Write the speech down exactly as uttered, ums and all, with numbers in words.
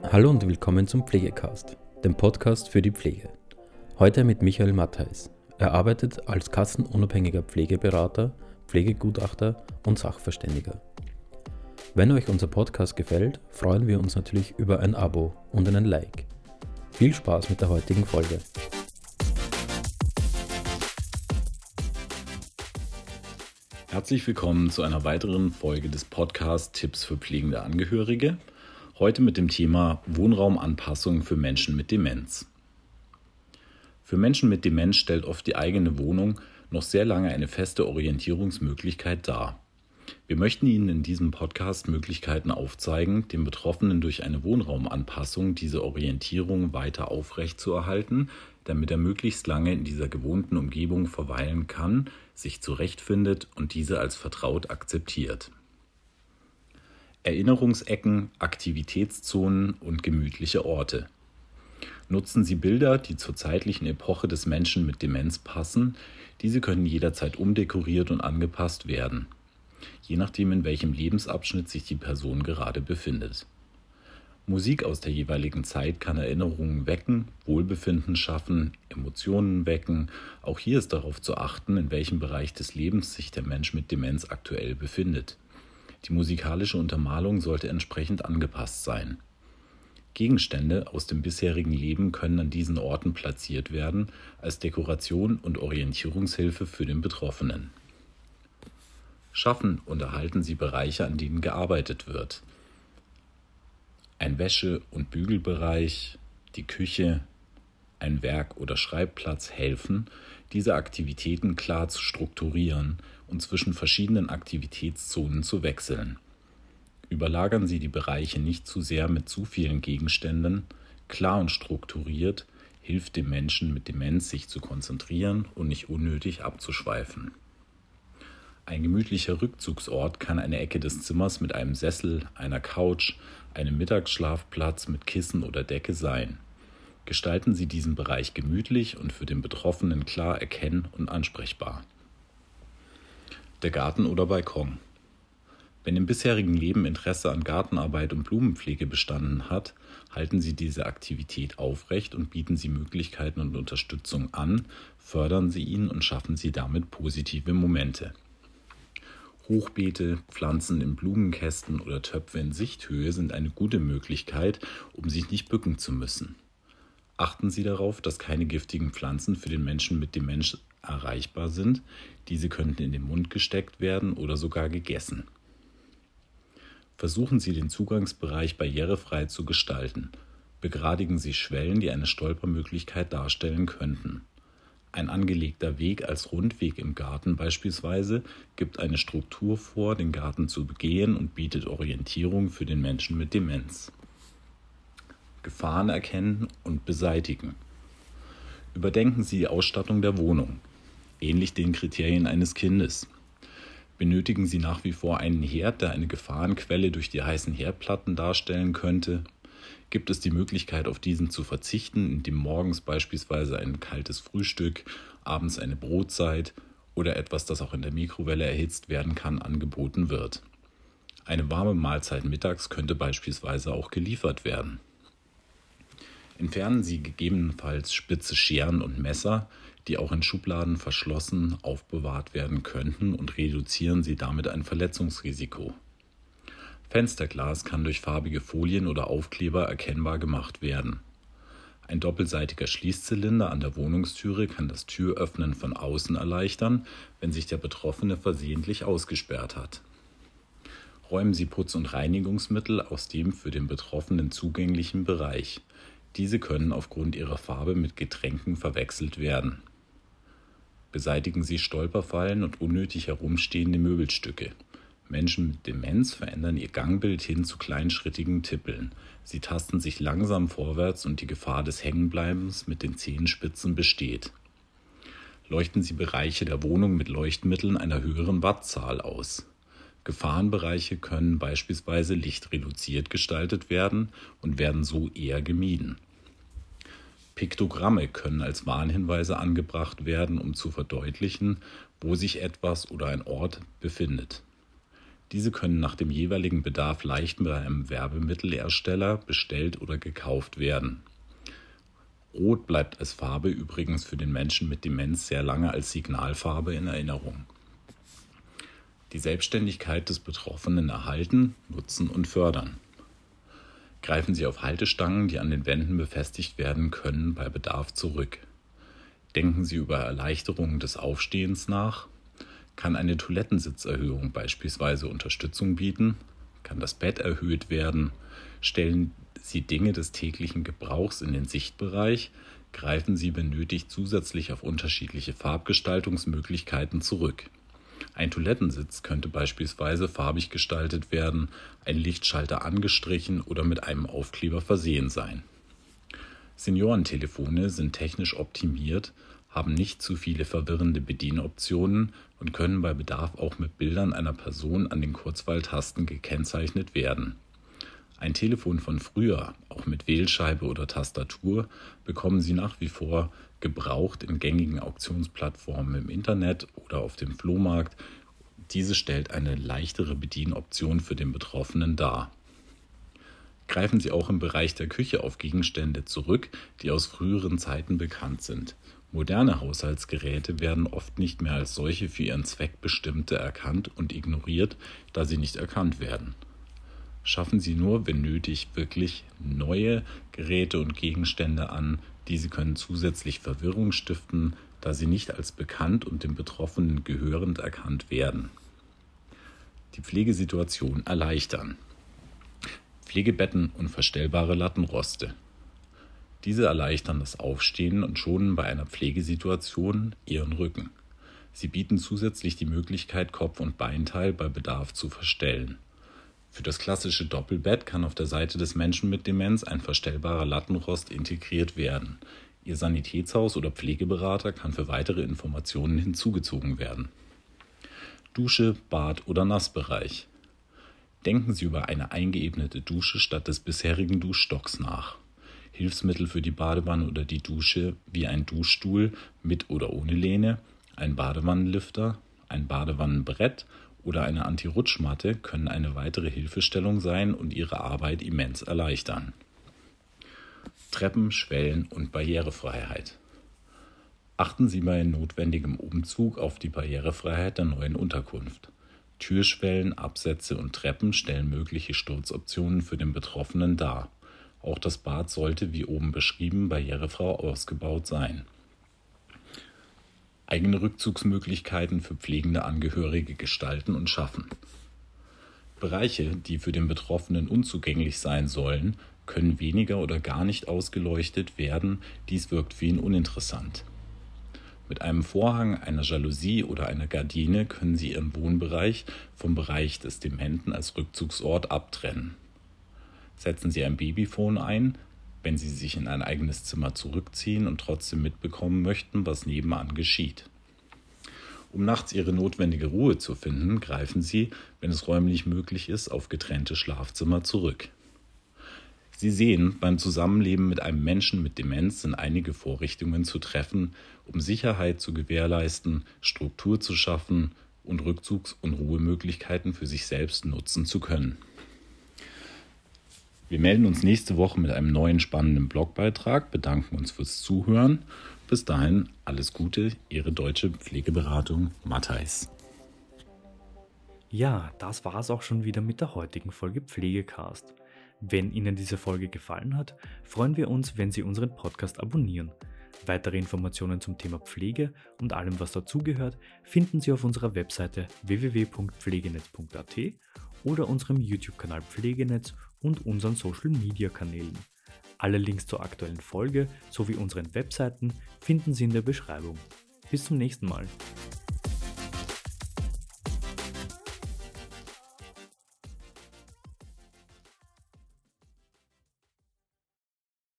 Hallo und willkommen zum Pflegecast, dem Podcast für die Pflege. Heute mit Michael Mattheis. Er arbeitet als kassenunabhängiger Pflegeberater, Pflegegutachter und Sachverständiger. Wenn euch unser Podcast gefällt, freuen wir uns natürlich über ein Abo und einen Like. Viel Spaß mit der heutigen Folge. Herzlich willkommen zu einer weiteren Folge des Podcasts Tipps für pflegende Angehörige. Heute mit dem Thema Wohnraumanpassung für Menschen mit Demenz. Für Menschen mit Demenz stellt oft die eigene Wohnung noch sehr lange eine feste Orientierungsmöglichkeit dar. Wir möchten Ihnen in diesem Podcast Möglichkeiten aufzeigen, den Betroffenen durch eine Wohnraumanpassung diese Orientierung weiter aufrechtzuerhalten, damit er möglichst lange in dieser gewohnten Umgebung verweilen kann, sich zurechtfindet und diese als vertraut akzeptiert. Erinnerungsecken, Aktivitätszonen und gemütliche Orte. Nutzen Sie Bilder, die zur zeitlichen Epoche des Menschen mit Demenz passen. Diese können jederzeit umdekoriert und angepasst werden, je nachdem, in welchem Lebensabschnitt sich die Person gerade befindet. Musik aus der jeweiligen Zeit kann Erinnerungen wecken, Wohlbefinden schaffen, Emotionen wecken. Auch hier ist darauf zu achten, in welchem Bereich des Lebens sich der Mensch mit Demenz aktuell befindet. Die musikalische Untermalung sollte entsprechend angepasst sein. Gegenstände aus dem bisherigen Leben können an diesen Orten platziert werden, als Dekoration und Orientierungshilfe für den Betroffenen. Schaffen und erhalten Sie Bereiche, an denen gearbeitet wird. Ein Wäsche- und Bügelbereich, die Küche, ein Werk- oder Schreibplatz helfen, diese Aktivitäten klar zu strukturieren und zwischen verschiedenen Aktivitätszonen zu wechseln. Überlagern Sie die Bereiche nicht zu sehr mit zu vielen Gegenständen. Klar und strukturiert hilft dem Menschen mit Demenz, sich zu konzentrieren und nicht unnötig abzuschweifen. Ein gemütlicher Rückzugsort kann eine Ecke des Zimmers mit einem Sessel, einer Couch, einem Mittagsschlafplatz mit Kissen oder Decke sein. Gestalten Sie diesen Bereich gemütlich und für den Betroffenen klar erkennen und ansprechbar. Der Garten oder Balkon. Wenn im bisherigen Leben Interesse an Gartenarbeit und Blumenpflege bestanden hat, halten Sie diese Aktivität aufrecht und bieten Sie Möglichkeiten und Unterstützung an, fördern Sie ihn und schaffen Sie damit positive Momente. Hochbeete, Pflanzen in Blumenkästen oder Töpfe in Sichthöhe sind eine gute Möglichkeit, um sich nicht bücken zu müssen. Achten Sie darauf, dass keine giftigen Pflanzen für den Menschen mit Demenz erreichbar sind. Diese könnten in den Mund gesteckt werden oder sogar gegessen. Versuchen Sie, den Zugangsbereich barrierefrei zu gestalten. Begradigen Sie Schwellen, die eine Stolpermöglichkeit darstellen könnten. Ein angelegter Weg als Rundweg im Garten beispielsweise gibt eine Struktur vor, den Garten zu begehen und bietet Orientierung für den Menschen mit Demenz. Gefahren erkennen und beseitigen. Überdenken Sie die Ausstattung der Wohnung, ähnlich den Kriterien eines Kindes. Benötigen Sie nach wie vor einen Herd, der eine Gefahrenquelle durch die heißen Herdplatten darstellen könnte? Gibt es die Möglichkeit, auf diesen zu verzichten, indem morgens beispielsweise ein kaltes Frühstück, abends eine Brotzeit oder etwas, das auch in der Mikrowelle erhitzt werden kann, angeboten wird? Eine warme Mahlzeit mittags könnte beispielsweise auch geliefert werden. Entfernen Sie gegebenenfalls spitze Scheren und Messer, die auch in Schubladen verschlossen aufbewahrt werden könnten, und reduzieren Sie damit ein Verletzungsrisiko. Fensterglas kann durch farbige Folien oder Aufkleber erkennbar gemacht werden. Ein doppelseitiger Schließzylinder an der Wohnungstüre kann das Türöffnen von außen erleichtern, wenn sich der Betroffene versehentlich ausgesperrt hat. Räumen Sie Putz- und Reinigungsmittel aus dem für den Betroffenen zugänglichen Bereich. Diese können aufgrund ihrer Farbe mit Getränken verwechselt werden. Beseitigen Sie Stolperfallen und unnötig herumstehende Möbelstücke. Menschen mit Demenz verändern ihr Gangbild hin zu kleinschrittigen Tippeln. Sie tasten sich langsam vorwärts und die Gefahr des Hängenbleibens mit den Zehenspitzen besteht. Leuchten Sie Bereiche der Wohnung mit Leuchtmitteln einer höheren Wattzahl aus. Gefahrenbereiche können beispielsweise lichtreduziert gestaltet werden und werden so eher gemieden. Piktogramme können als Warnhinweise angebracht werden, um zu verdeutlichen, wo sich etwas oder ein Ort befindet. Diese können nach dem jeweiligen Bedarf leicht bei einem Werbemittelhersteller bestellt oder gekauft werden. Rot bleibt als Farbe übrigens für den Menschen mit Demenz sehr lange als Signalfarbe in Erinnerung. Die Selbstständigkeit des Betroffenen erhalten, nutzen und fördern. Greifen Sie auf Haltestangen, die an den Wänden befestigt werden können, bei Bedarf zurück. Denken Sie über Erleichterungen des Aufstehens nach. Kann eine Toilettensitzerhöhung beispielsweise Unterstützung bieten? Kann das Bett erhöht werden? Stellen Sie Dinge des täglichen Gebrauchs in den Sichtbereich? Greifen Sie, wenn nötig, zusätzlich auf unterschiedliche Farbgestaltungsmöglichkeiten zurück. Ein Toilettensitz könnte beispielsweise farbig gestaltet werden, ein Lichtschalter angestrichen oder mit einem Aufkleber versehen sein. Seniorentelefone sind technisch optimiert, haben nicht zu viele verwirrende Bedienoptionen und können bei Bedarf auch mit Bildern einer Person an den Kurzwahltasten gekennzeichnet werden. Ein Telefon von früher, auch mit Wählscheibe oder Tastatur, bekommen Sie nach wie vor gebraucht in gängigen Auktionsplattformen im Internet oder auf dem Flohmarkt. Diese stellt eine leichtere Bedienoption für den Betroffenen dar. Greifen Sie auch im Bereich der Küche auf Gegenstände zurück, die aus früheren Zeiten bekannt sind. Moderne Haushaltsgeräte werden oft nicht mehr als solche für ihren Zweck bestimmte erkannt und ignoriert, da sie nicht erkannt werden. Schaffen Sie nur, wenn nötig, wirklich neue Geräte und Gegenstände an. Diese können zusätzlich Verwirrung stiften, da sie nicht als bekannt und dem Betroffenen gehörend erkannt werden. Die Pflegesituation erleichtern. Pflegebetten und verstellbare Lattenroste. Diese erleichtern das Aufstehen und schonen bei einer Pflegesituation Ihren Rücken. Sie bieten zusätzlich die Möglichkeit, Kopf- und Beinteil bei Bedarf zu verstellen. Für das klassische Doppelbett kann auf der Seite des Menschen mit Demenz ein verstellbarer Lattenrost integriert werden. Ihr Sanitätshaus oder Pflegeberater kann für weitere Informationen hinzugezogen werden. Dusche, Bad oder Nassbereich. Denken Sie über eine eingeebnete Dusche statt des bisherigen Duschstocks nach. Hilfsmittel für die Badewanne oder die Dusche wie ein Duschstuhl mit oder ohne Lehne, ein Badewannenlifter, ein Badewannenbrett oder eine Anti-Rutschmatte können eine weitere Hilfestellung sein und Ihre Arbeit immens erleichtern. Treppen, Schwellen und Barrierefreiheit. Achten Sie bei notwendigem Umzug auf die Barrierefreiheit der neuen Unterkunft. Türschwellen, Absätze und Treppen stellen mögliche Sturzoptionen für den Betroffenen dar. Auch das Bad sollte, wie oben beschrieben, barrierefrei ausgebaut sein. Eigene Rückzugsmöglichkeiten für pflegende Angehörige gestalten und schaffen. Bereiche, die für den Betroffenen unzugänglich sein sollen, können weniger oder gar nicht ausgeleuchtet werden. Dies wirkt für ihn uninteressant. Mit einem Vorhang, einer Jalousie oder einer Gardine können Sie Ihren Wohnbereich vom Bereich des Dementen als Rückzugsort abtrennen. Setzen Sie ein Babyphone ein, wenn Sie sich in ein eigenes Zimmer zurückziehen und trotzdem mitbekommen möchten, was nebenan geschieht. Um nachts Ihre notwendige Ruhe zu finden, greifen Sie, wenn es räumlich möglich ist, auf getrennte Schlafzimmer zurück. Sie sehen, beim Zusammenleben mit einem Menschen mit Demenz sind einige Vorrichtungen zu treffen, um Sicherheit zu gewährleisten, Struktur zu schaffen und Rückzugs- und Ruhemöglichkeiten für sich selbst nutzen zu können. Wir melden uns nächste Woche mit einem neuen spannenden Blogbeitrag, bedanken uns fürs Zuhören. Bis dahin, alles Gute, Ihre deutsche Pflegeberatung Matthijs. Ja, das war es auch schon wieder mit der heutigen Folge Pflegecast. Wenn Ihnen diese Folge gefallen hat, freuen wir uns, wenn Sie unseren Podcast abonnieren. Weitere Informationen zum Thema Pflege und allem, was dazugehört, finden Sie auf unserer Webseite w w w punkt pflegenetz punkt a t oder unserem YouTube-Kanal Pflegenetz und unseren Social-Media-Kanälen. Alle Links zur aktuellen Folge sowie unseren Webseiten finden Sie in der Beschreibung. Bis zum nächsten Mal.